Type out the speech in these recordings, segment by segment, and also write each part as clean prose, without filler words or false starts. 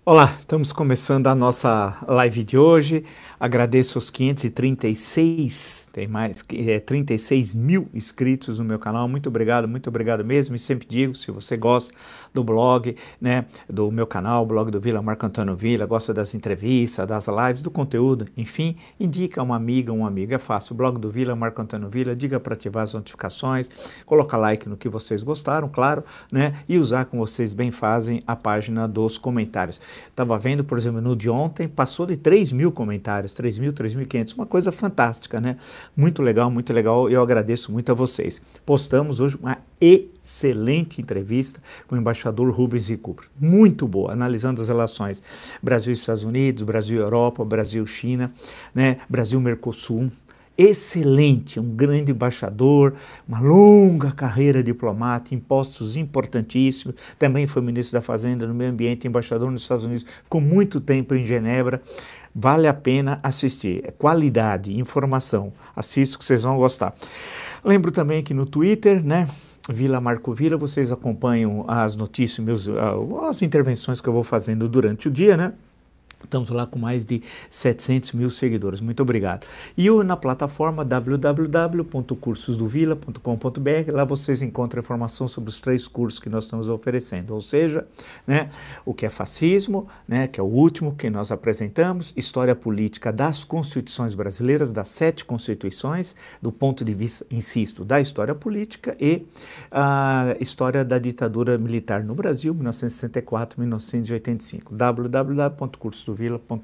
Olá, estamos começando a nossa live de hoje. Agradeço os 536, tem mais, 36 mil inscritos no meu canal. Muito obrigado mesmo. E sempre digo, se você gosta do blog, né, do meu canal, blog do Vila, Marco Antônio Vila, gosta das entrevistas, das lives, do conteúdo, enfim, indica uma amiga, um amigo. É fácil, blog do Vila, Marco Antônio Vila, diga para ativar as notificações, coloca like no que vocês gostaram, claro, né, e usar como vocês bem fazem a página dos comentários. Estava vendo, por exemplo, no de ontem, passou de 3 mil comentários, 3.500, uma coisa fantástica, né? Muito legal, eu agradeço muito a vocês. Postamos hoje uma excelente entrevista com o embaixador Rubens Recupero, muito boa, analisando as relações Brasil e Estados Unidos, Brasil e Europa, Brasil e China, né? Brasil e Mercosul. Excelente, um grande embaixador, uma longa carreira diplomata, em postos importantíssimos, também foi ministro da Fazenda, no Meio Ambiente, embaixador nos Estados Unidos, ficou muito tempo em Genebra. Vale a pena assistir, é qualidade, informação, assista que vocês vão gostar. Lembro também que no Twitter, né, Vila Marco Vila, vocês acompanham as notícias, as intervenções que eu vou fazendo durante o dia, né? Estamos lá com mais de 700 mil seguidores, muito obrigado. E eu na plataforma www.cursosdovila.com.br, lá vocês encontram informação sobre os 3 cursos que nós estamos oferecendo, ou seja, né, o que é fascismo, né, que é o último que nós apresentamos, história política das constituições brasileiras, das 7 constituições, do ponto de vista, insisto, da história política e a história da ditadura militar no Brasil, 1964-1985, www.cursosdovila.com.br,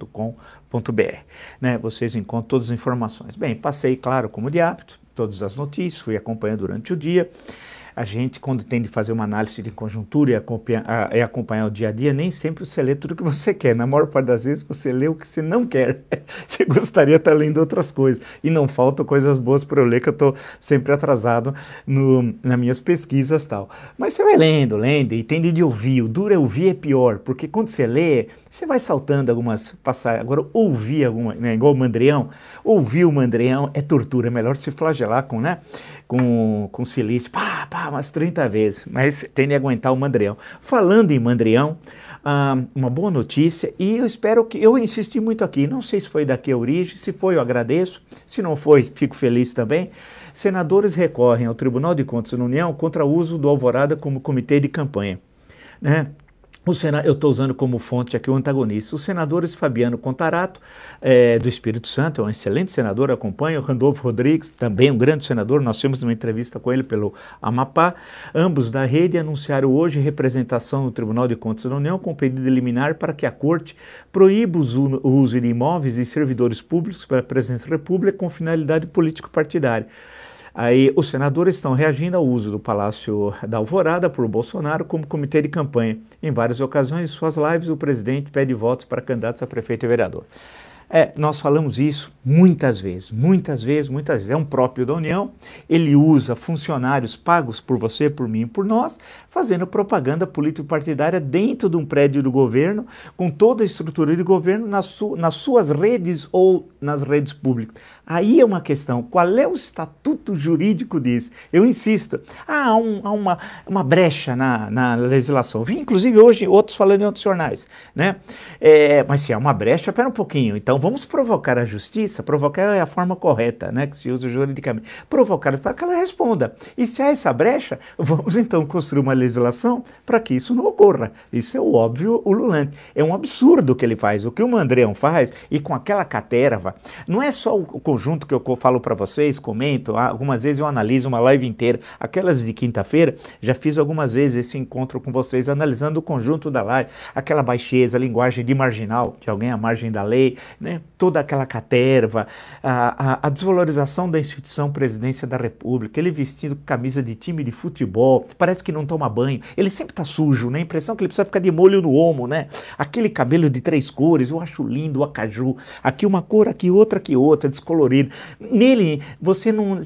né? Vocês encontram todas as informações. Bem, passei, claro, como de hábito, todas as notícias, fui acompanhando durante o dia. A gente, quando tem de fazer uma análise de conjuntura e acompanhar o dia a dia, nem sempre você lê tudo o que você quer. Na maior parte das vezes você lê o que você não quer. Você gostaria de estar lendo outras coisas. E não faltam coisas boas para eu ler, que eu estou sempre atrasado nas minhas pesquisas e tal. Mas você vai lendo, e tem de ouvir. O duro é ouvir é pior, porque quando você lê, você vai saltando algumas passagens. Agora, ouvir alguma, né, igual o Mandrião, ouvir o Mandrião é tortura. É melhor se flagelar com, né, com silício, umas 30 vezes, mas tem de aguentar o Mandrião. Falando em Mandrião, uma boa notícia, e eu espero que, eu insisti muito aqui, não sei se foi daqui a origem, se foi eu agradeço, se não foi, fico feliz também. Senadores recorrem ao Tribunal de Contas da União contra o uso do Alvorada como comitê de campanha, né? Eu estou usando como fonte aqui o antagonista. Os senadores Fabiano Contarato, do Espírito Santo, é um excelente senador, acompanha, o Randolfo Rodrigues, também um grande senador, nós temos uma entrevista com ele pelo Amapá, ambos da rede anunciaram hoje representação no Tribunal de Contas da União com pedido de liminar para que a Corte proíba o uso de imóveis e servidores públicos pela Presidência da República com finalidade político-partidária. Aí os senadores estão reagindo ao uso do Palácio da Alvorada por Bolsonaro como comitê de campanha. Em várias ocasiões, em suas lives, o presidente pede votos para candidatos a prefeito e vereador. Nós falamos isso muitas vezes. É um próprio da União, ele usa funcionários pagos por você, por mim e por nós, fazendo propaganda político-partidária dentro de um prédio do governo, com toda a estrutura de governo nas suas redes ou nas redes públicas. Aí é uma questão, qual é o estatuto jurídico disso? Eu insisto, há uma brecha na legislação. Vi inclusive hoje outros falando em outros jornais, né? Mas se há uma brecha, espera um pouquinho, então vamos provocar a justiça, provocar é a forma correta, né, que se usa juridicamente, provocar para que ela responda. E se há essa brecha, vamos então construir uma legislação para que isso não ocorra. Isso é o óbvio ululante. É um absurdo o que ele faz. O que o Mandrião faz, e com aquela caterva, não é só o conjunto que eu falo para vocês, comento, algumas vezes eu analiso uma live inteira, aquelas de quinta-feira, já fiz algumas vezes esse encontro com vocês, analisando o conjunto da live, aquela baixeza, a linguagem de marginal, de alguém à margem da lei, né? Toda aquela caterva, a desvalorização da instituição Presidência da República, ele vestido com camisa de time de futebol, parece que não toma banho, ele sempre tá sujo, né? A impressão que ele precisa ficar de molho no omo, né? Aquele cabelo de 3 cores, eu acho lindo o acaju, aqui uma cor, aqui outra, descolorido. Nele, você não...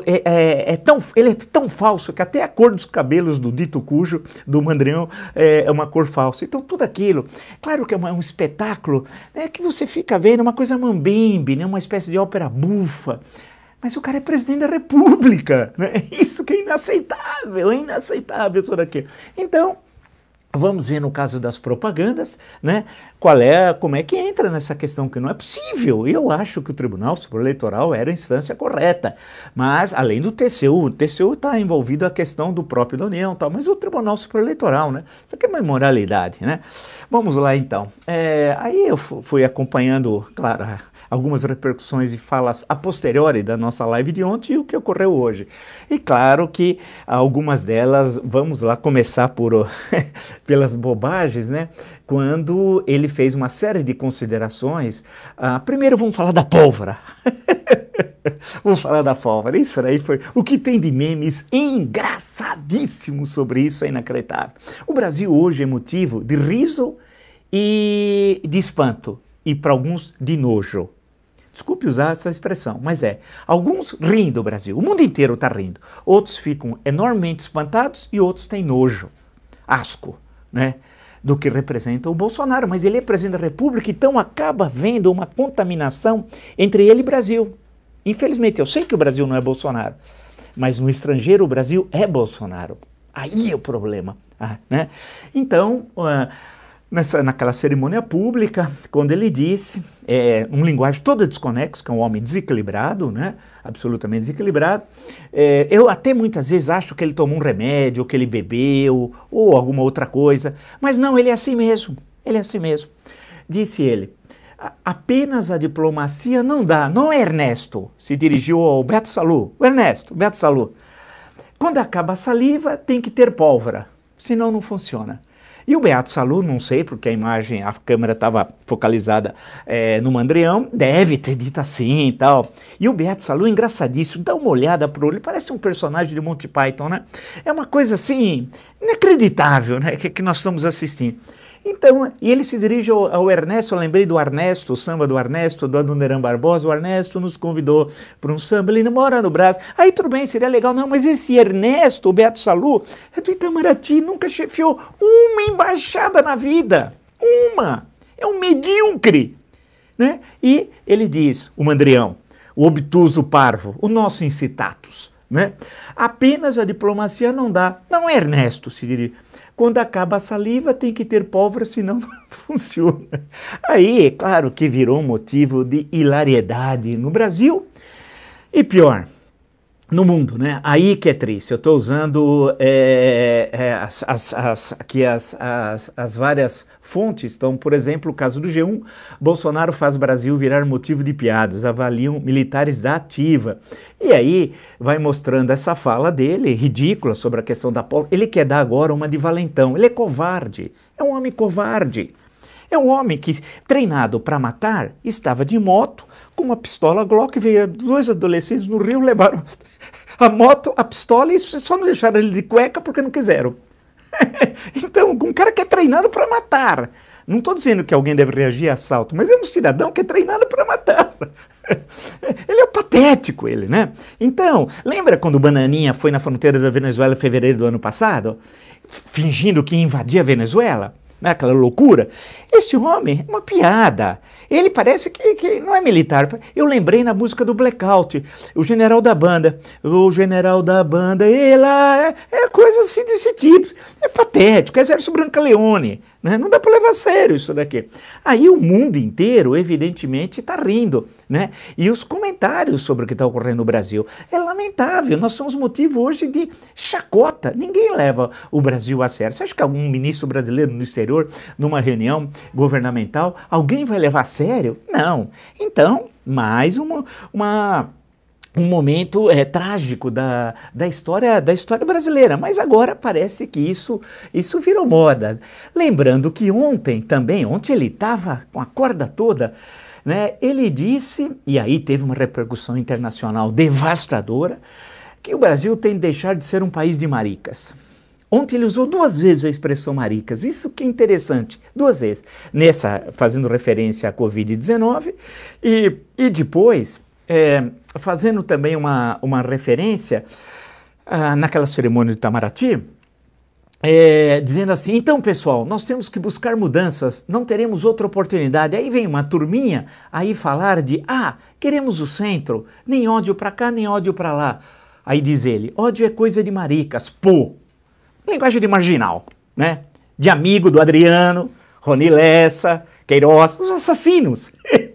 ele é tão falso que até a cor dos cabelos do dito cujo, do Mandrião, é uma cor falsa. Então, tudo aquilo, claro que é um espetáculo, né, que você fica vendo uma coisa mambembe, né, uma espécie de ópera bufa, mas o cara é presidente da República, né? Isso que é inaceitável tudo aquilo. Então, Vamos ver no caso das propagandas, né, como é que entra nessa questão, que não é possível. Eu acho que o Tribunal Superior Eleitoral era a instância correta, mas além do TCU, o TCU está envolvido a questão do próprio da União, tal, mas o Tribunal Superior Eleitoral, né, isso aqui é uma imoralidade, né. Vamos lá então, aí eu fui acompanhando, claro, algumas repercussões e falas a posteriori da nossa live de ontem e o que ocorreu hoje. E claro que algumas delas, vamos lá começar por pelas bobagens, né? Quando ele fez uma série de considerações. Primeiro vamos falar da pólvora. Vamos falar da pólvora. Isso aí foi o que tem de memes engraçadíssimos sobre isso, é inacreditável. O Brasil hoje é motivo de riso e de espanto, e para alguns de nojo. Desculpe usar essa expressão, mas alguns riem do Brasil, o mundo inteiro está rindo. Outros ficam enormemente espantados e outros têm nojo, asco, né, do que representa o Bolsonaro. Mas ele é presidente da República, então acaba havendo uma contaminação entre ele e o Brasil. Infelizmente, eu sei que o Brasil não é Bolsonaro, mas no estrangeiro o Brasil é Bolsonaro. Aí é o problema, né? Então, naquela cerimônia pública, quando ele disse, um linguagem toda desconexo, que é um homem desequilibrado, né, absolutamente desequilibrado, eu até muitas vezes acho que ele tomou um remédio, que ele bebeu, ou alguma outra coisa, mas não, ele é assim mesmo, Disse ele, apenas a diplomacia não dá, não é, Ernesto? Se dirigiu ao Beto Salu, o Ernesto, Beto Salu. Quando acaba a saliva, tem que ter pólvora, senão não funciona. E o Beato Salu, não sei, porque a câmera estava focalizada no Mandrião, deve ter dito assim e tal. E o Beato Salu, engraçadíssimo, dá uma olhada para ele, parece um personagem de Monty Python, né? É uma coisa assim, inacreditável, né, que nós estamos assistindo. Então, e ele se dirige ao Ernesto, eu lembrei do Ernesto, o samba do Ernesto, do Adoniran Barbosa. O Ernesto nos convidou para um samba, ele mora no Brás. Aí tudo bem, seria legal, não, mas esse Ernesto, o Beato Salu, é do Itamaraty, nunca chefiou uma embaixada na vida, é um medíocre, né? E ele diz, o Mandrião, o obtuso parvo, o nosso incitatus, né? Apenas a diplomacia não dá, não é, Ernesto, se dirige. Quando acaba a saliva, tem que ter pólvora, senão não funciona. Aí, é claro que virou um motivo de hilariedade no Brasil e pior, no mundo, né? Aí que é triste. Eu estou usando aqui as várias fontes. Então, por exemplo, o caso do G1, Bolsonaro faz Brasil virar motivo de piadas, avaliam militares da ativa. E aí vai mostrando essa fala dele, ridícula, sobre a questão da pólvora. Ele quer dar agora uma de valentão. Ele é covarde, é um homem covarde. É um homem que, treinado para matar, estava de moto com uma pistola Glock, veio 2 adolescentes no Rio, levaram a moto, a pistola e só não deixaram ele de cueca porque não quiseram. Então, um cara que é treinado para matar. Não estou dizendo que alguém deve reagir a assalto, mas é um cidadão que é treinado para matar. Ele é patético, ele, né? Então, lembra quando o Bananinha foi na fronteira da Venezuela em fevereiro do ano passado, fingindo que invadia a Venezuela? Né, aquela loucura. Esse homem é uma piada. Ele parece que não é militar. Eu lembrei na música do Blackout, o general da banda, ela é coisa assim desse tipo. É patético, é Exército Brancaleone. Né? Não dá para levar a sério isso daqui. Aí o mundo inteiro, evidentemente, está rindo. Né? E os comentários sobre o que está ocorrendo no Brasil. É lamentável. Nós somos motivo hoje de chacota. Ninguém leva o Brasil a sério. Você acha que algum ministro brasileiro no exterior, numa reunião governamental, alguém vai levar a sério? Não. Então, mais um momento trágico da história brasileira, mas agora parece que isso virou moda. Lembrando que ontem ele estava com a corda toda, né? Ele disse, e aí teve uma repercussão internacional devastadora, que o Brasil tem de deixar de ser um país de maricas. Ontem ele usou 2 vezes a expressão maricas, isso que é interessante, 2 vezes, fazendo referência à Covid-19 e depois fazendo também uma referência naquela cerimônia de Itamaraty, dizendo assim, então pessoal, nós temos que buscar mudanças, não teremos outra oportunidade. Aí vem uma turminha aí falar de, queremos o centro, nem ódio para cá, nem ódio para lá. Aí diz ele, ódio é coisa de maricas, pô. Linguagem de marginal, né? de amigo do Adriano, Rony Lessa, Queiroz, os assassinos.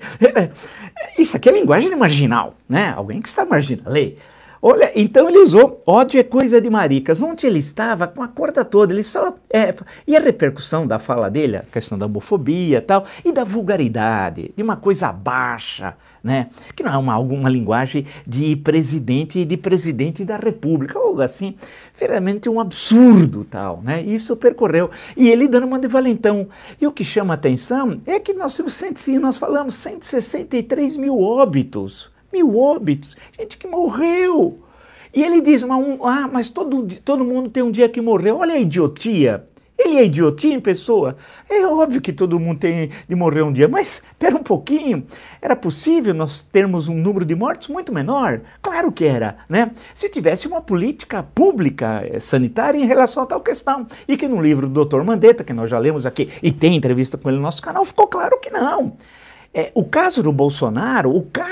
Isso aqui é linguagem marginal, né? Alguém que está marginal. Lê. Olha, então ele usou ódio é coisa de maricas. Onde ele estava com a corda toda, ele só... e a repercussão da fala dele, a questão da homofobia e tal, e da vulgaridade, de uma coisa baixa, né? Que não é alguma linguagem de presidente da república, algo assim, verdadeiramente um absurdo tal, né? Isso percorreu. E ele dando uma de valentão. E o que chama a atenção é que nós temos, nós falamos 163 mil óbitos. Gente que morreu. E ele diz, mas todo mundo tem um dia que morreu. Olha a idiotia. Ele é idiotia em pessoa? É óbvio que todo mundo tem de morrer um dia, mas espera um pouquinho. Era possível nós termos um número de mortes muito menor? Claro que era, né? Se tivesse uma política pública sanitária em relação a tal questão. E que no livro do Dr. Mandetta, que nós já lemos aqui, e tem entrevista com ele no nosso canal, ficou claro que não. O caso do Bolsonaro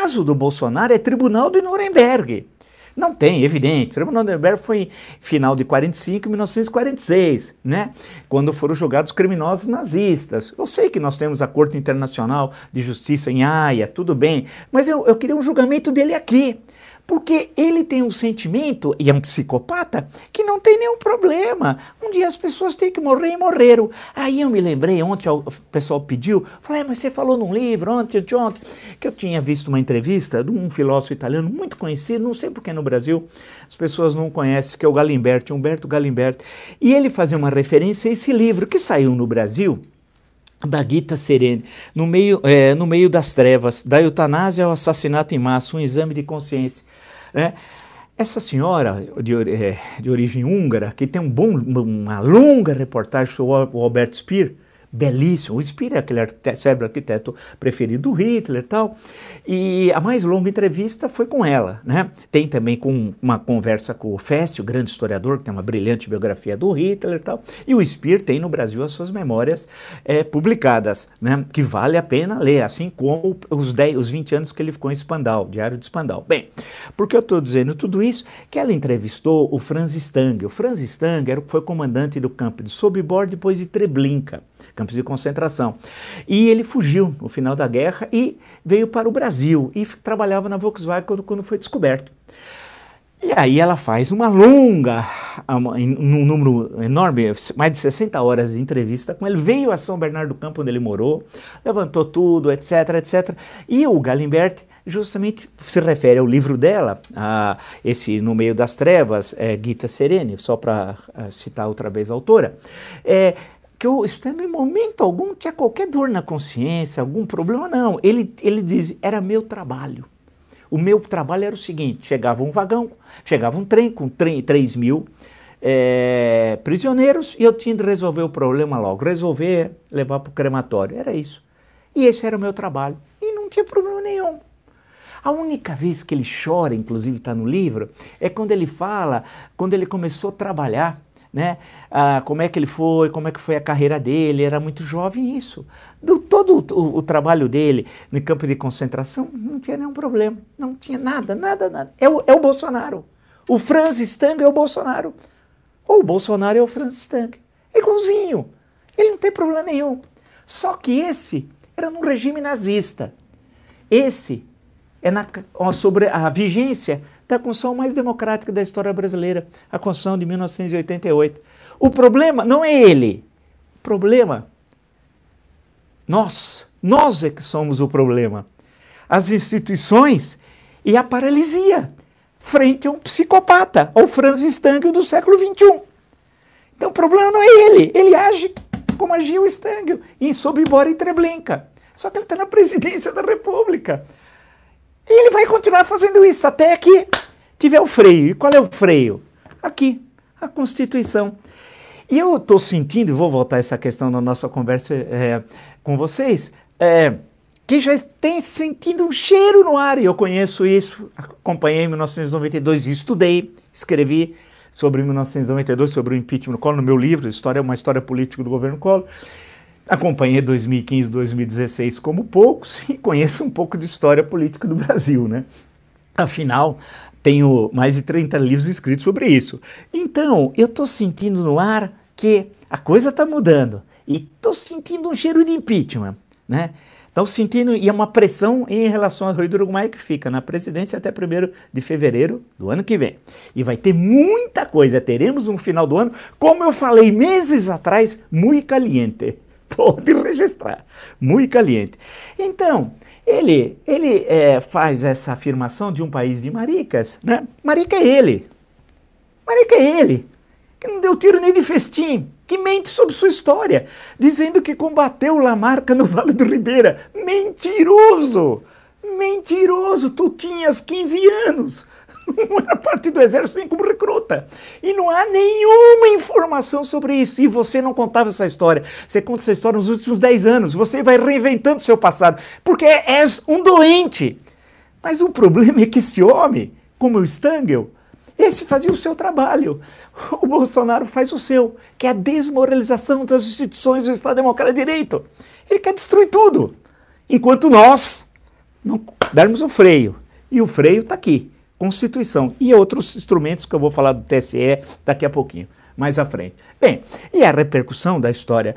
é Tribunal de Nuremberg. Não tem, evidente. O Tribunal de Nuremberg foi final de 45 e 1946, né? Quando foram julgados criminosos nazistas. Eu sei que nós temos a Corte Internacional de Justiça em Haia, tudo bem, mas eu queria um julgamento dele aqui. Porque ele tem um sentimento, e é um psicopata, que não tem nenhum problema. Um dia as pessoas têm que morrer e morreram. Aí eu me lembrei, ontem o pessoal pediu, falei, mas você falou num livro, ontem, que eu tinha visto uma entrevista de um filósofo italiano muito conhecido, não sei porque no Brasil as pessoas não conhecem, que é o Galimberti, Umberto Galimberti. E ele fazia uma referência a esse livro que saiu no Brasil, da Gita Sereni, no meio das trevas, da eutanásia ao assassinato em massa, um exame de consciência. Né? Essa senhora de origem húngara, que tem uma longa reportagem sobre o Albert Speer, belíssimo. O Speer é aquele célebre arquiteto preferido do Hitler e tal. E a mais longa entrevista foi com ela, né? Tem também com uma conversa com o Fest, o grande historiador, que tem uma brilhante biografia do Hitler e tal. E o Speer tem no Brasil as suas memórias publicadas, né? Que vale a pena ler, assim como os 20 anos que ele ficou em Spandau, Diário de Spandau. Bem, por que eu estou dizendo tudo isso? Que ela entrevistou o Franz Stangl. O Franz Stangl foi comandante do campo de Sobibor, depois de Treblinka, campos de concentração. E ele fugiu no final da guerra e veio para o Brasil e trabalhava na Volkswagen quando foi descoberto. E aí ela faz um número enorme, mais de 60 horas de entrevista com ele, veio a São Bernardo do Campo, onde ele morou, levantou tudo, etc, etc. E o Galimberti justamente se refere ao livro dela, esse No Meio das Trevas, Gita Sereni, só para citar outra vez a autora, que o Stangl em momento algum tinha qualquer dor na consciência, algum problema, não. Ele diz, era meu trabalho. O meu trabalho era o seguinte, chegava um trem com 3 mil prisioneiros e eu tinha de resolver o problema logo, levar para o crematório, era isso. E esse era o meu trabalho, e não tinha problema nenhum. A única vez que ele chora, inclusive está no livro, é quando ele fala, quando ele começou a trabalhar, né? Como é que ele foi, como é que foi a carreira dele, era muito jovem, isso. Todo o trabalho dele no campo de concentração, não tinha nenhum problema, não tinha nada. É o Bolsonaro. O Franz Stangl é o Bolsonaro. Ou o Bolsonaro é o Franz Stangl. É igualzinho. Ele não tem problema nenhum. Só que esse era num regime nazista. Esse é sobre a vigência da Constituição mais democrática da história brasileira, a Constituição de 1988. O problema não é ele. O problema, nós é que somos o problema. As instituições e a paralisia frente a um psicopata, ao Franz Stangl do século XXI. Então o problema não é ele. Ele age como agia o Stangl em Sobibor e Treblinka. Só que ele está na presidência da República. E ele vai continuar fazendo isso até que tiver o freio. E qual é o freio? Aqui, a Constituição. E eu estou sentindo, e vou voltar a essa questão na nossa conversa com vocês, que já tem sentindo um cheiro no ar, e eu conheço isso, acompanhei em 1992, estudei, escrevi sobre 1992, sobre o impeachment do Collor, no meu livro, uma história política do governo Collor. Acompanhei 2015, 2016 como poucos e conheço um pouco de história política do Brasil, né? Afinal, tenho mais de 30 livros escritos sobre isso. Então, eu estou sentindo no ar que a coisa está mudando e estou sentindo um cheiro de impeachment, né? Estou sentindo, e é uma pressão em relação ao Rui do Uruguai que fica na presidência até 1º de fevereiro do ano que vem. E vai ter muita coisa, teremos um final do ano, como eu falei meses atrás, muito caliente. Pode registrar, muito caliente. Então, ele faz essa afirmação de um país de maricas, né? Marica é ele. Marica é ele, que não deu tiro nem de festim, que mente sobre sua história, dizendo que combateu Lamarca no Vale do Ribeira. Mentiroso! Mentiroso! Tu tinhas 15 anos, não era parte do exército nem como recruta. E não há nenhuma informação sobre isso. E você não contava essa história. Você conta essa história nos últimos 10 anos. Você vai reinventando seu passado, porque és um doente. Mas o problema é que esse homem, como o Stangl, esse fazia o seu trabalho. O Bolsonaro faz o seu, que é a desmoralização das instituições do Estado Democrático de Direito. Ele quer destruir tudo, enquanto nós não dermos o freio. E o freio está aqui, Constituição. E outros instrumentos que eu vou falar do TSE daqui a pouquinho, mais à frente. Bem, e a repercussão da história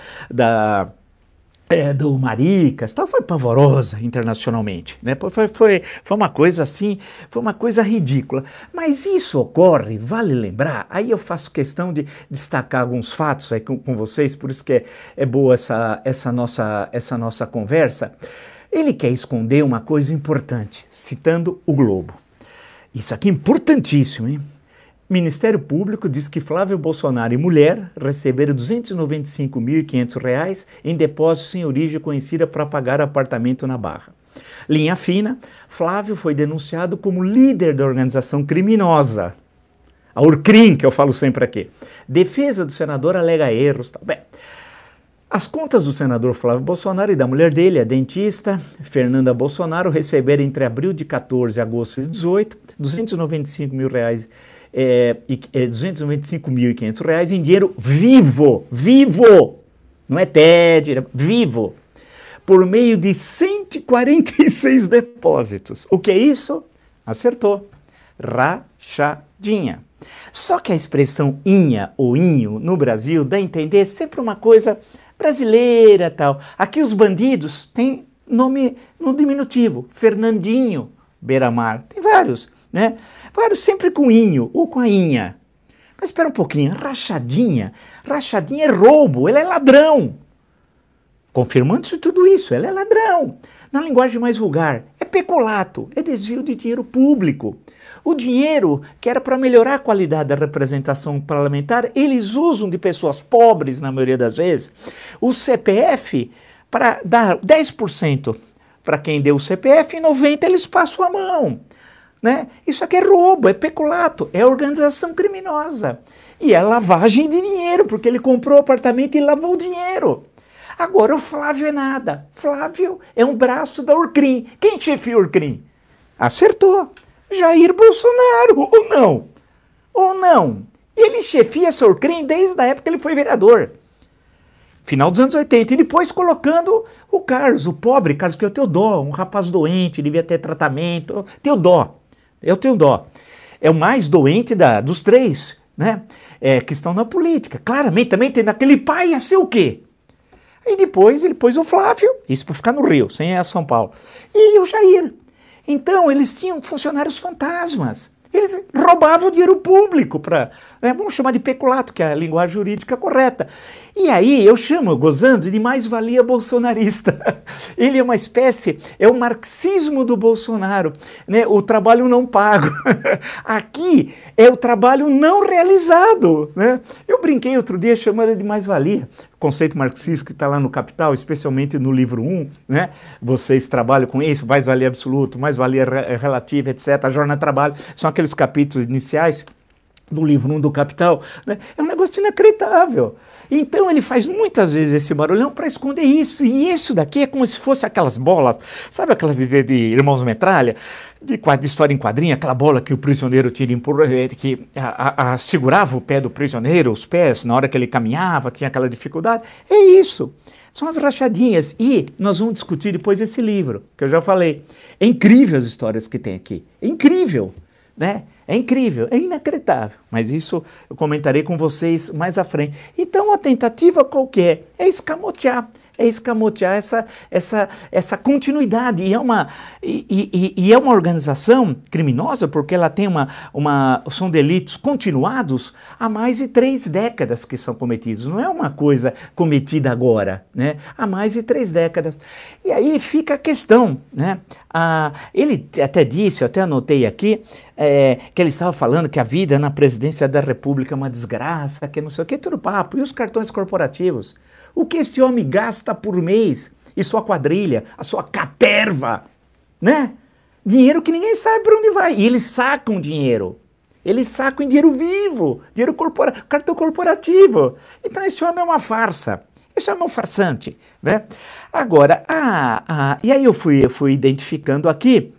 do Maricas, tal, foi pavorosa internacionalmente, né? Foi uma coisa assim, foi uma coisa ridícula. Mas isso ocorre, vale lembrar, aí eu faço questão de destacar alguns fatos aí com vocês, por isso que é boa essa nossa conversa. Ele quer esconder uma coisa importante, citando o Globo. Isso aqui é importantíssimo, hein? Ministério Público diz que Flávio Bolsonaro e mulher receberam R$ 295.500 em depósito sem origem conhecida para pagar apartamento na Barra. Linha fina, Flávio foi denunciado como líder da organização criminosa, a Urcrim, que eu falo sempre aqui. Defesa do senador alega erros. Bem, as contas do senador Flávio Bolsonaro e da mulher dele, a dentista Fernanda Bolsonaro, receberam entre abril de 14 e agosto de 18, R$ 295.500 em dinheiro vivo, não é TED, vivo, por meio de 146 depósitos. O que é isso? Acertou, rachadinha. Só que a expressão inha ou inho no Brasil dá a entender sempre uma coisa brasileira tal. Aqui os bandidos têm nome no diminutivo, Fernandinho Beiramar, tem vários, né? Vários sempre com inho ou com a inha. Mas espera um pouquinho, rachadinha é roubo, ele é ladrão. Confirmando-se tudo isso, ele é ladrão. Na linguagem mais vulgar, é peculato, é desvio de dinheiro público. O dinheiro que era para melhorar a qualidade da representação parlamentar, eles usam de pessoas pobres, na maioria das vezes, o CPF para dar 10% para quem deu o CPF e 90% eles passam a mão. Né? Isso aqui é roubo, é peculato, é organização criminosa. E é lavagem de dinheiro, porque ele comprou o apartamento e lavou o dinheiro. Agora o Flávio é nada. Flávio é um braço da Urcrim. Quem chefia a Urcrim? Acertou. Jair Bolsonaro, ou não? Ou não? Ele chefia essa Urcrim desde a época que ele foi vereador. Final dos anos 80, e depois colocando o Carlos, o pobre Carlos, que eu tenho dó, um rapaz doente, devia ter tratamento, tenho dó, eu tenho dó. É o mais doente dos três, né, que estão na política. Claramente também tem naquele pai ia ser o quê? E depois ele pôs o Flávio, isso para ficar no Rio, sem ir a São Paulo, e o Jair. Então eles tinham funcionários fantasmas. Eles roubavam o dinheiro público para, vamos chamar de peculato, que é a linguagem jurídica correta. E aí eu chamo, gozando, de mais-valia bolsonarista. Ele é uma espécie, é o marxismo do Bolsonaro, né? O trabalho não pago. Aqui é o trabalho não realizado, né? Eu brinquei outro dia chamando de mais-valia, conceito marxista que está lá no Capital, especialmente no livro 1, né? Vocês trabalham com isso, mais-valia absoluto, mais-valia relativa, etc. A jornada de trabalho, são aqueles capítulos iniciais do livro 1 do Capital, né? É um negócio inacreditável. Então ele faz muitas vezes esse barulhão para esconder isso, e isso daqui é como se fosse aquelas bolas, sabe aquelas de Irmãos Metralha, de história em quadrinho, aquela bola que o prisioneiro tira que segurava o pé do prisioneiro, os pés, na hora que ele caminhava, tinha aquela dificuldade. É isso. São as rachadinhas. E nós vamos discutir depois esse livro, que eu já falei. É incrível as histórias que tem aqui. É incrível, né? É incrível, é inacreditável, mas isso eu comentarei com vocês mais à frente. Então a tentativa qual que é? É escamotear essa continuidade. E é uma organização criminosa porque ela tem são delitos continuados há mais de 3 décadas que são cometidos. Não é uma coisa cometida agora, né? Há mais de 3 décadas. E aí fica a questão, né? Ele até disse, eu até anotei aqui, que ele estava falando que a vida na presidência da República é uma desgraça, que não sei o que, tudo papo. E os cartões corporativos? O que esse homem gasta por mês? E sua quadrilha, a sua caterva, né? Dinheiro que ninguém sabe para onde vai. E eles sacam dinheiro. Eles sacam dinheiro vivo, cartão corporativo. Então esse homem é uma farsa. Esse homem é um farsante, né? Agora, e aí eu fui identificando aqui,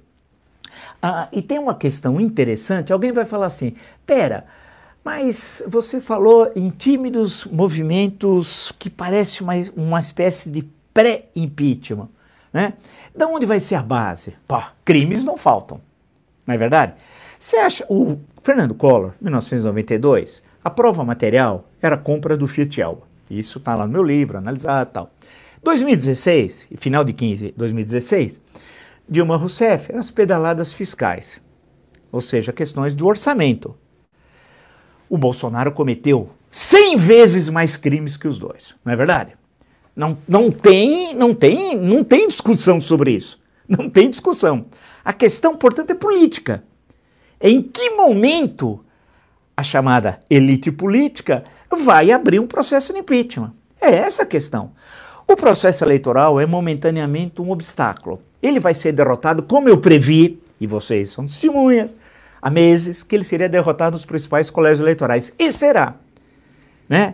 e tem uma questão interessante, alguém vai falar assim, pera, mas você falou em tímidos movimentos que parece uma espécie de pré-impeachment, né? De onde vai ser a base? Pô, crimes não faltam, não é verdade? Você acha, o Fernando Collor, 1992, a prova material era a compra do Fiat Elba. Isso está lá no meu livro, analisado e tal. 2016, final de 2016, Dilma Rousseff, as pedaladas fiscais, ou seja, questões do orçamento. O Bolsonaro cometeu 100 vezes mais crimes que os dois, não é verdade? Não tem discussão sobre isso. Não tem discussão. A questão, portanto, é política. Em que momento a chamada elite política vai abrir um processo de impeachment? É essa a questão. O processo eleitoral é momentaneamente um obstáculo. Ele vai ser derrotado, como eu previ, e vocês são testemunhas, há meses, que ele seria derrotado nos principais colégios eleitorais. E será, né?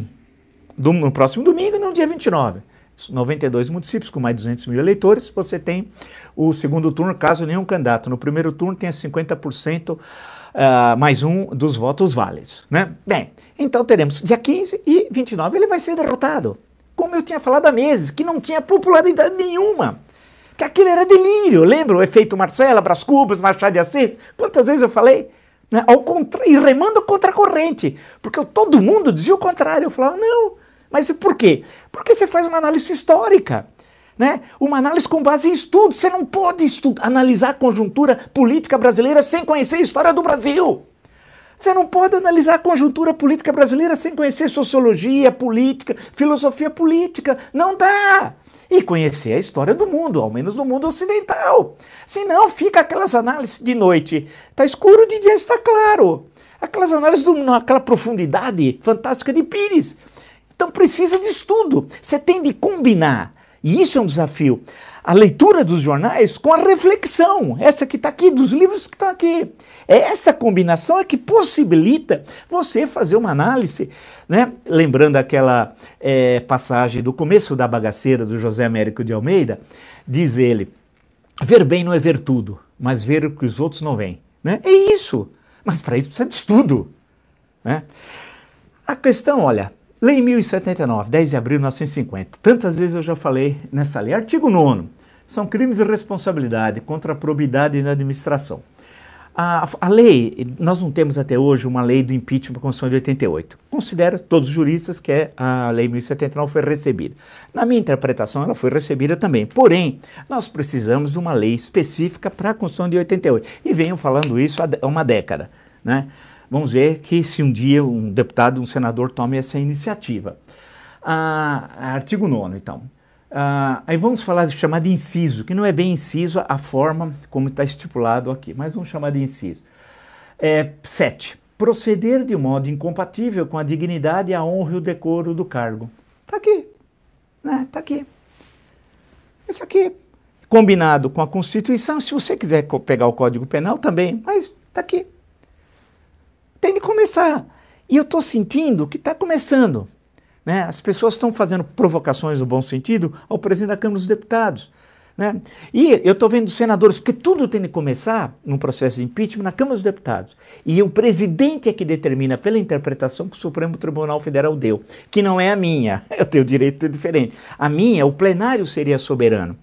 No próximo domingo, no dia 29. 92 municípios com mais de 200 mil eleitores, você tem o segundo turno, caso nenhum candidato no primeiro turno tenha 50% mais um dos votos válidos, né? Bem, então teremos dia 15 e 29, ele vai ser derrotado. Como eu tinha falado há meses, que não tinha popularidade nenhuma, que aquilo era delírio, lembra o efeito Marcela, Brás Cubas, Machado de Assis? Quantas vezes eu falei? Né? E remando contra a corrente, porque todo mundo dizia o contrário, eu falava, não, mas por quê? Porque você faz uma análise histórica, né? Uma análise com base em estudos, você não pode analisar a conjuntura política brasileira sem conhecer a história do Brasil. Você não pode analisar a conjuntura política brasileira sem conhecer sociologia política, filosofia política. Não dá! E conhecer a história do mundo, ao menos no mundo ocidental. Senão fica aquelas análises de noite. Está escuro, de dia está claro. Aquelas análises naquela profundidade fantástica de Pires. Então precisa de estudo. Você tem de combinar. E isso é um desafio. A leitura dos jornais com a reflexão, essa que está aqui, dos livros que estão aqui. Essa combinação é que possibilita você fazer uma análise, né? Lembrando aquela passagem do começo da Bagaceira, do José Américo de Almeida, diz ele, ver bem não é ver tudo, mas ver o que os outros não veem. Né? É isso, mas para isso precisa de estudo. Né? A questão, olha, Lei 1079, 10 de abril de 1950. Tantas vezes eu já falei nessa lei. Artigo 9º. São crimes de responsabilidade contra a probidade na administração. A lei, nós não temos até hoje uma lei do impeachment da Constituição de 88. Considera todos os juristas que a Lei 1079 foi recebida. Na minha interpretação, ela foi recebida também. Porém, nós precisamos de uma lei específica para a Constituição de 88. E venho falando isso há uma década, né? Vamos ver que se um dia um deputado, um senador tome essa iniciativa. Artigo 9º, então. Aí vamos falar de chamar de inciso, que não é bem inciso a forma como está estipulado aqui, mas vamos chamar de inciso. 7. Proceder de modo incompatível com a dignidade, a honra e o decoro do cargo. Está aqui, né? Está aqui. Isso aqui, combinado com a Constituição, se você quiser pegar o Código Penal também, mas está aqui. Tem de começar. E eu estou sentindo que está começando. Né? As pessoas estão fazendo provocações no bom sentido ao presidente da Câmara dos Deputados. Né? E eu estou vendo senadores, porque tudo tem de começar num processo de impeachment na Câmara dos Deputados. E o presidente é que determina pela interpretação que o Supremo Tribunal Federal deu, que não é a minha. Eu tenho direito diferente. A minha, o plenário seria soberano.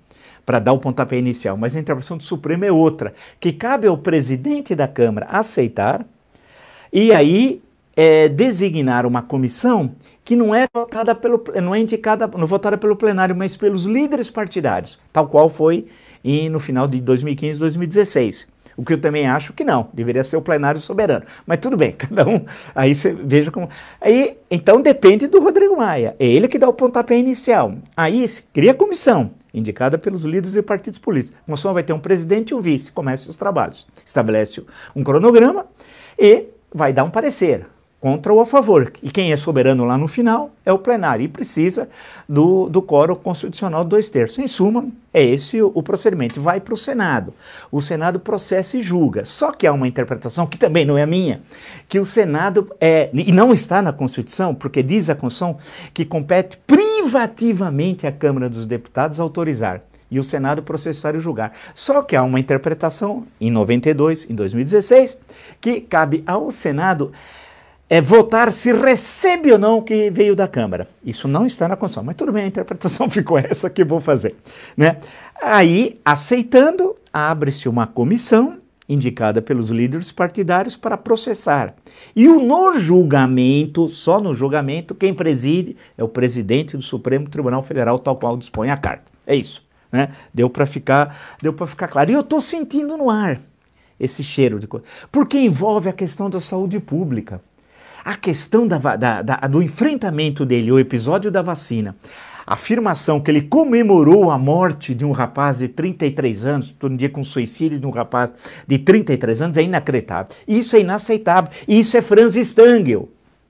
para dar o pontapé inicial, mas a interpretação do Supremo é outra, que cabe ao presidente da Câmara aceitar e aí designar uma comissão que não é votada não é indicada, não votada pelo plenário, mas pelos líderes partidários, tal qual foi no final de 2015 e 2016. O que eu também acho que não, deveria ser o plenário soberano. Mas tudo bem, cada um, aí você veja como... Aí, então depende do Rodrigo Maia, é ele que dá o pontapé inicial. Aí se cria comissão, indicada pelos líderes de partidos políticos. A comissão vai ter um presidente e um vice, começa os trabalhos. Estabelece um cronograma e vai dar um parecer, contra ou a favor. E quem é soberano lá no final é o plenário e precisa do quórum constitucional de 2/3. Em suma, é esse o procedimento. Vai para o Senado. O Senado processa e julga. Só que há uma interpretação, que também não é a minha, que o Senado e não está na Constituição, porque diz a Constituição que compete privativamente à Câmara dos Deputados autorizar e o Senado processar e julgar. Só que há uma interpretação, em 92, em 2016, que cabe ao Senado votar se recebe ou não o que veio da Câmara. Isso não está na Constituição, mas tudo bem, a interpretação ficou essa que eu vou fazer, né? Aí, aceitando, abre-se uma comissão indicada pelos líderes partidários para processar. E no julgamento, só no julgamento, quem preside é o presidente do Supremo Tribunal Federal, tal qual dispõe a carta. É isso, né? Deu para ficar claro. E eu estou sentindo no ar esse cheiro de coisa, porque envolve a questão da saúde pública. A questão do enfrentamento dele, o episódio da vacina, a afirmação que ele comemorou a morte de um rapaz de 33 anos, todo dia com o suicídio de um rapaz de 33 anos, é inacreditável. Isso é inaceitável. Isso é Franz Stangl.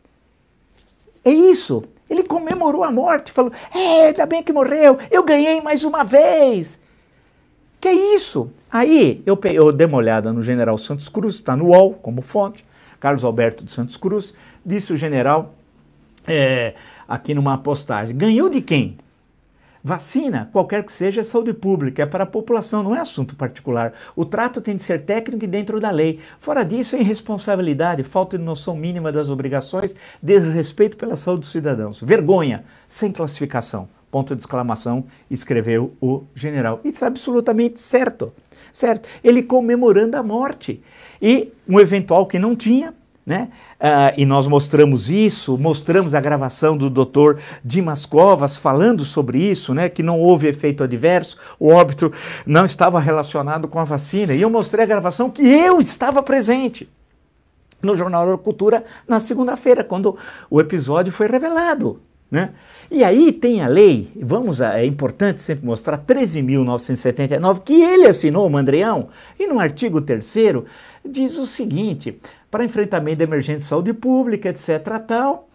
É isso. Ele comemorou a morte, falou, ainda bem que morreu, eu ganhei mais uma vez. Que é isso? Aí eu dei uma olhada no general Santos Cruz, está no UOL como fonte, Carlos Alberto de Santos Cruz, disse o general aqui numa postagem, ganhou de quem? Vacina, qualquer que seja, é saúde pública, é para a população, não é assunto particular. O trato tem de ser técnico e dentro da lei. Fora disso, é irresponsabilidade, falta de noção mínima das obrigações, desrespeito pela saúde dos cidadãos. Vergonha, sem classificação. Ponto de exclamação, escreveu o general. Isso é absolutamente certo. Certo? Ele comemorando a morte. E um eventual que não tinha, né? E nós mostramos isso, mostramos a gravação do Dr. Dimas Covas falando sobre isso, né? Que não houve efeito adverso, o óbito não estava relacionado com a vacina. E eu mostrei a gravação que eu estava presente no Jornal da Cultura na segunda-feira, quando o episódio foi revelado, né? E aí tem a lei, é importante sempre mostrar, 13.979, que ele assinou, o Mandrião, e no artigo 3º diz o seguinte, para enfrentamento da emergência de saúde pública, etc. tal,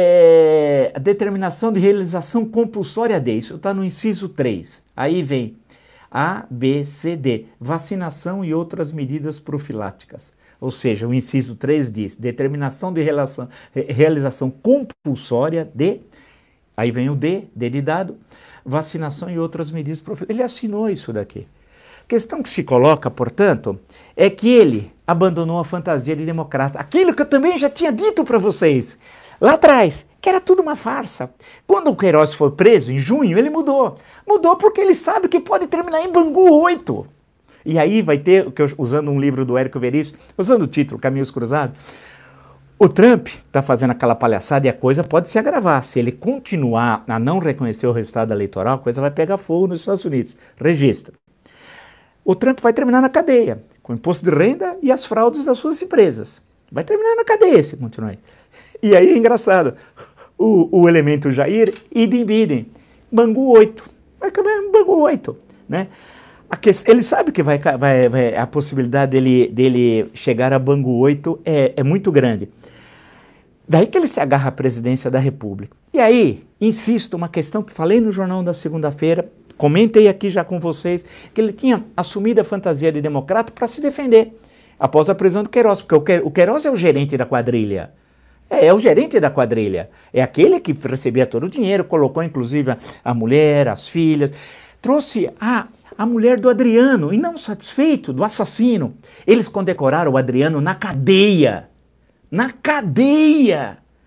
a determinação de realização compulsória de, isso está no inciso 3, aí vem A, B, C, D, vacinação e outras medidas profiláticas. Ou seja, o inciso 3 diz, determinação de realização compulsória de... Aí vem o D de dado, vacinação e outras medidas profiláticas. Ele assinou isso daqui. A questão que se coloca, portanto, é que ele abandonou a fantasia de democrata. Aquilo que eu também já tinha dito para vocês lá atrás, que era tudo uma farsa. Quando o Queiroz foi preso, em junho, ele mudou. Mudou porque ele sabe que pode terminar em Bangu 8. E aí vai ter, usando um livro do Érico Veríssimo, usando o título Caminhos Cruzados, o Trump está fazendo aquela palhaçada e a coisa pode se agravar. Se ele continuar a não reconhecer o resultado eleitoral, a coisa vai pegar fogo nos Estados Unidos. Registra. O Trump vai terminar na cadeia, com o imposto de renda e as fraudes das suas empresas. Vai terminar na cadeia se continuar aí. E aí é engraçado. O elemento Jair, idem, Bangu 8. Vai acabar em Bangu 8, né? Ele sabe que a possibilidade dele chegar a Bangu 8 é muito grande. Daí que ele se agarra à presidência da República. E aí, insisto, uma questão que falei no jornal da segunda-feira, comentei aqui já com vocês, que ele tinha assumido a fantasia de democrata para se defender após a prisão do Queiroz, porque o Queiroz é o gerente da quadrilha. É o gerente da quadrilha. É aquele que recebia todo o dinheiro, colocou inclusive a mulher, as filhas, trouxe a mulher do Adriano, e não satisfeito do assassino, eles condecoraram o Adriano na cadeia. Na cadeia!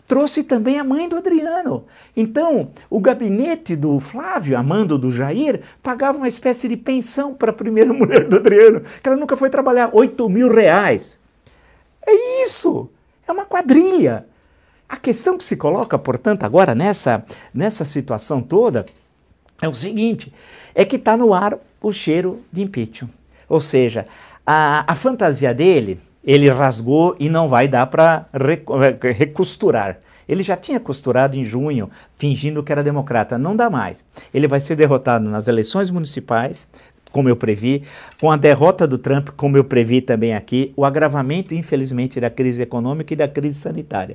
trouxe também a mãe do Adriano. Então, o gabinete do Flávio, a mando do Jair, pagava uma espécie de pensão para a primeira mulher do Adriano, que ela nunca foi trabalhar, R$ 8.000. É isso, é uma quadrilha. A questão que se coloca, portanto, agora nessa situação toda, é o seguinte, é que está no ar o cheiro de impeachment. Ou seja, a fantasia dele, ele rasgou e não vai dar para recosturar. Ele já tinha costurado em junho, fingindo que era democrata. Não dá mais. Ele vai ser derrotado nas eleições municipais, como eu previ, com a derrota do Trump, como eu previ também aqui, o agravamento, infelizmente, da crise econômica e da crise sanitária.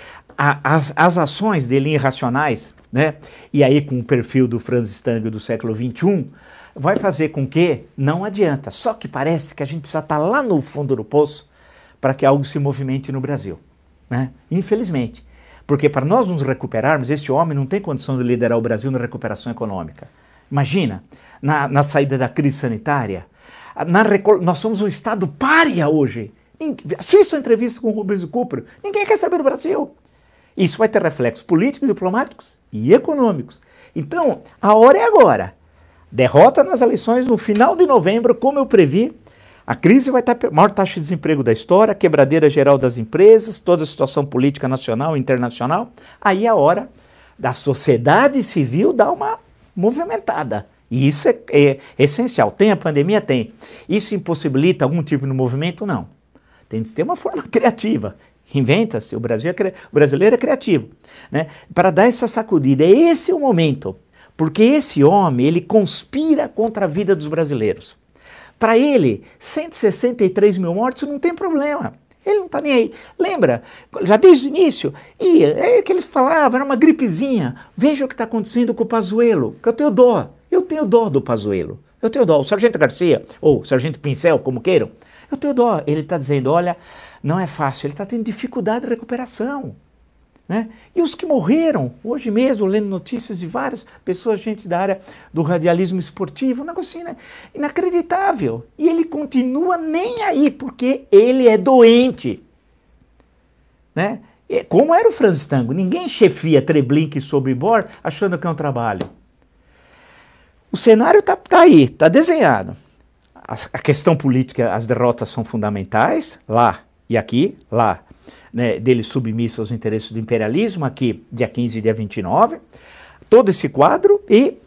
As ações dele irracionais, né, e aí com o perfil do Franz Stangl do século XXI, vai fazer com que não adianta. Só que parece que a gente precisa estar lá no fundo do poço para que algo se movimente no Brasil, né? Infelizmente. Porque para nós nos recuperarmos, esse homem não tem condição de liderar o Brasil na recuperação econômica. Imagina, na saída da crise sanitária, nós somos um estado pária hoje. Assista a entrevista com o Rubens Cooper, ninguém quer saber do Brasil. Isso vai ter reflexos políticos, diplomáticos e econômicos. Então, a hora é agora. Derrota nas eleições no final de novembro, como eu previ. A crise vai estar, maior taxa de desemprego da história, quebradeira geral das empresas, toda a situação política nacional e internacional. Aí é a hora da sociedade civil dar uma movimentada. E isso é essencial. Tem a pandemia? Tem. Isso impossibilita algum tipo de movimento? Não. Tem de ter uma forma criativa. Inventa-se, o brasileiro é criativo, né? Para dar essa sacudida. Esse é o momento. Porque esse homem, ele conspira contra a vida dos brasileiros. Para ele, 163 mil mortos não tem problema. Ele não está nem aí. Lembra, já desde o início, é que ele falava, era uma gripezinha. Veja o que está acontecendo com o Pazuello, que eu tenho dó. Eu tenho dó do Pazuello. Eu tenho dó. O Sargento Garcia, ou Sargento Pincel, como queiram, eu tenho dó. Ele está dizendo, olha, não é fácil, ele está tendo dificuldade de recuperação. Né? E os que morreram, hoje mesmo, lendo notícias de várias pessoas, gente da área do radialismo esportivo, um negocinho, né? Inacreditável. E ele continua nem aí, porque ele é doente. Né? E como era o Franz Stangl, ninguém chefia Treblinka e Sobibor achando que é um trabalho. O cenário está aí, está desenhado. A questão política, as derrotas são fundamentais, lá e aqui, lá. Né, dele submisso aos interesses do imperialismo, aqui dia 15 e dia 29, todo esse quadro e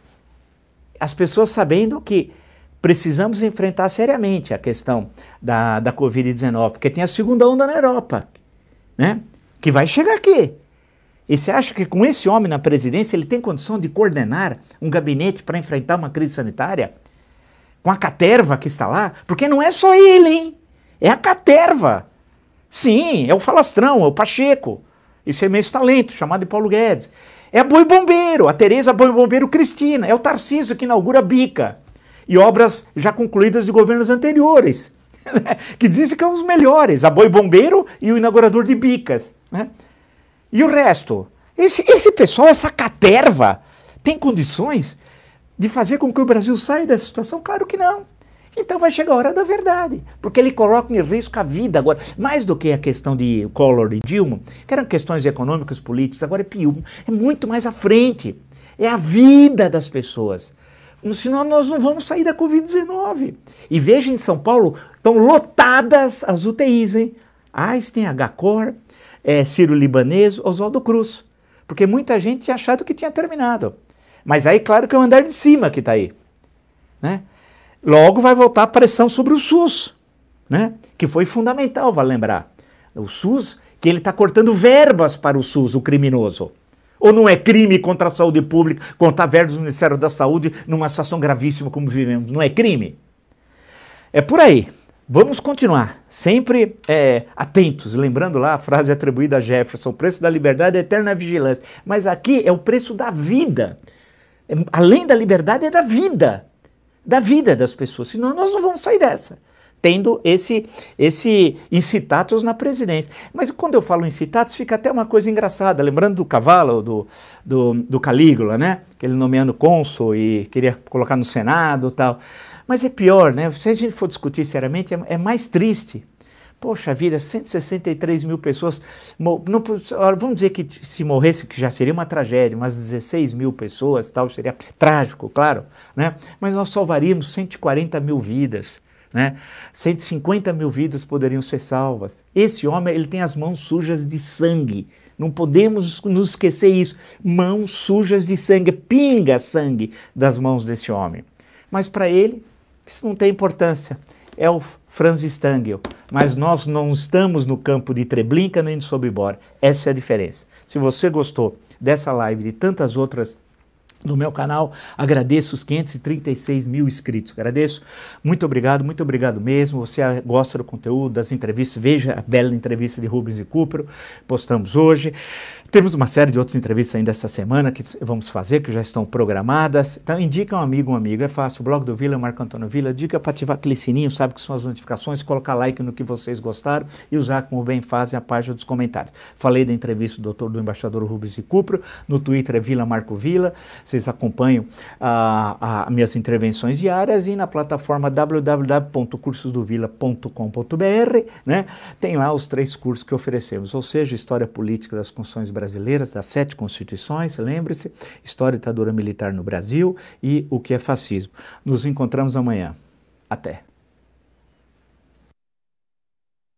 as pessoas sabendo que precisamos enfrentar seriamente a questão da Covid-19, porque tem a segunda onda na Europa, né, que vai chegar aqui. E você acha que com esse homem na presidência ele tem condição de coordenar um gabinete para enfrentar uma crise sanitária? Com a caterva que está lá? Porque não é só ele, hein? É a caterva. Sim, é o falastrão, é o Pacheco, esse é meio talento, chamado de Paulo Guedes. É a Boi Bombeiro, a Tereza Boi Bombeiro Cristina, é o Tarcísio que inaugura a Bica. E obras já concluídas de governos anteriores, que dizem que são os melhores, a Boi Bombeiro e o inaugurador de Bicas. Né? E o resto? Esse pessoal, essa caterva, tem condições de fazer com que o Brasil saia dessa situação? Claro que não. Então vai chegar a hora da verdade, porque ele coloca em risco a vida agora, mais do que a questão de Collor e Dilma, que eram questões econômicas, políticas, agora é muito mais à frente, é a vida das pessoas, senão nós não vamos sair da Covid-19. E veja, em São Paulo, estão lotadas as UTIs, hein? Einstein, HCOR, Ciro Libanês, Oswaldo Cruz, porque muita gente tinha achado que tinha terminado, mas aí claro que é o andar de cima que está aí, né? Logo vai voltar a pressão sobre o SUS, né? Que foi fundamental, vale lembrar. O SUS, que ele está cortando verbas para o SUS, o criminoso. Ou não é crime contra a saúde pública, contra verbas do Ministério da Saúde numa situação gravíssima como vivemos? Não é crime? É por aí. Vamos continuar, sempre atentos, lembrando lá a frase atribuída a Jefferson, o preço da liberdade é eterna vigilância. Mas aqui é o preço da vida. Além da liberdade, é da vida das pessoas, senão nós não vamos sair dessa, tendo esse incitatus na presidência. Mas quando eu falo incitatus, fica até uma coisa engraçada, lembrando do Cavalo, do Calígula, né, que ele nomeando cônsul e queria colocar no Senado e tal, mas é pior, né, se a gente for discutir seriamente, é mais triste, Poxa vida, 163 mil pessoas, vamos dizer que se morresse, que já seria uma tragédia, umas 16 mil pessoas, tal, seria trágico, claro, né? Mas nós salvaríamos 140 mil vidas, né? 150 mil vidas poderiam ser salvas. Esse homem, ele tem as mãos sujas de sangue, não podemos nos esquecer isso, mãos sujas de sangue, pinga sangue das mãos desse homem. Mas para ele, isso não tem importância. É o Franz Stangl, mas nós não estamos no campo de Treblinka nem de Sobibor. Essa é a diferença. Se você gostou dessa live e de tantas outras do meu canal, agradeço os 536 mil inscritos, agradeço, muito obrigado mesmo. Você gosta do conteúdo, das entrevistas, veja a bela entrevista de Rubens e Cupro, postamos hoje. Temos uma série de outras entrevistas ainda essa semana que vamos fazer, que já estão programadas. Então indica um amigo, é fácil, o blog do Vila, Marco Antônio Vila, dica para ativar aquele sininho, sabe que são as notificações, colocar like no que vocês gostaram e usar como bem fazem a página dos comentários. Falei da entrevista do embaixador Rubens e Cupro, no Twitter é Vila Marco Vila, vocês acompanham minhas intervenções diárias e na plataforma www.cursosdovila.com.br, né, tem lá os 3 cursos que oferecemos, ou seja, História Política das Constituições Brasileiras, das 7 Constituições, lembre-se, História e Ditadura Militar no Brasil e o que é fascismo. Nos encontramos amanhã. Até.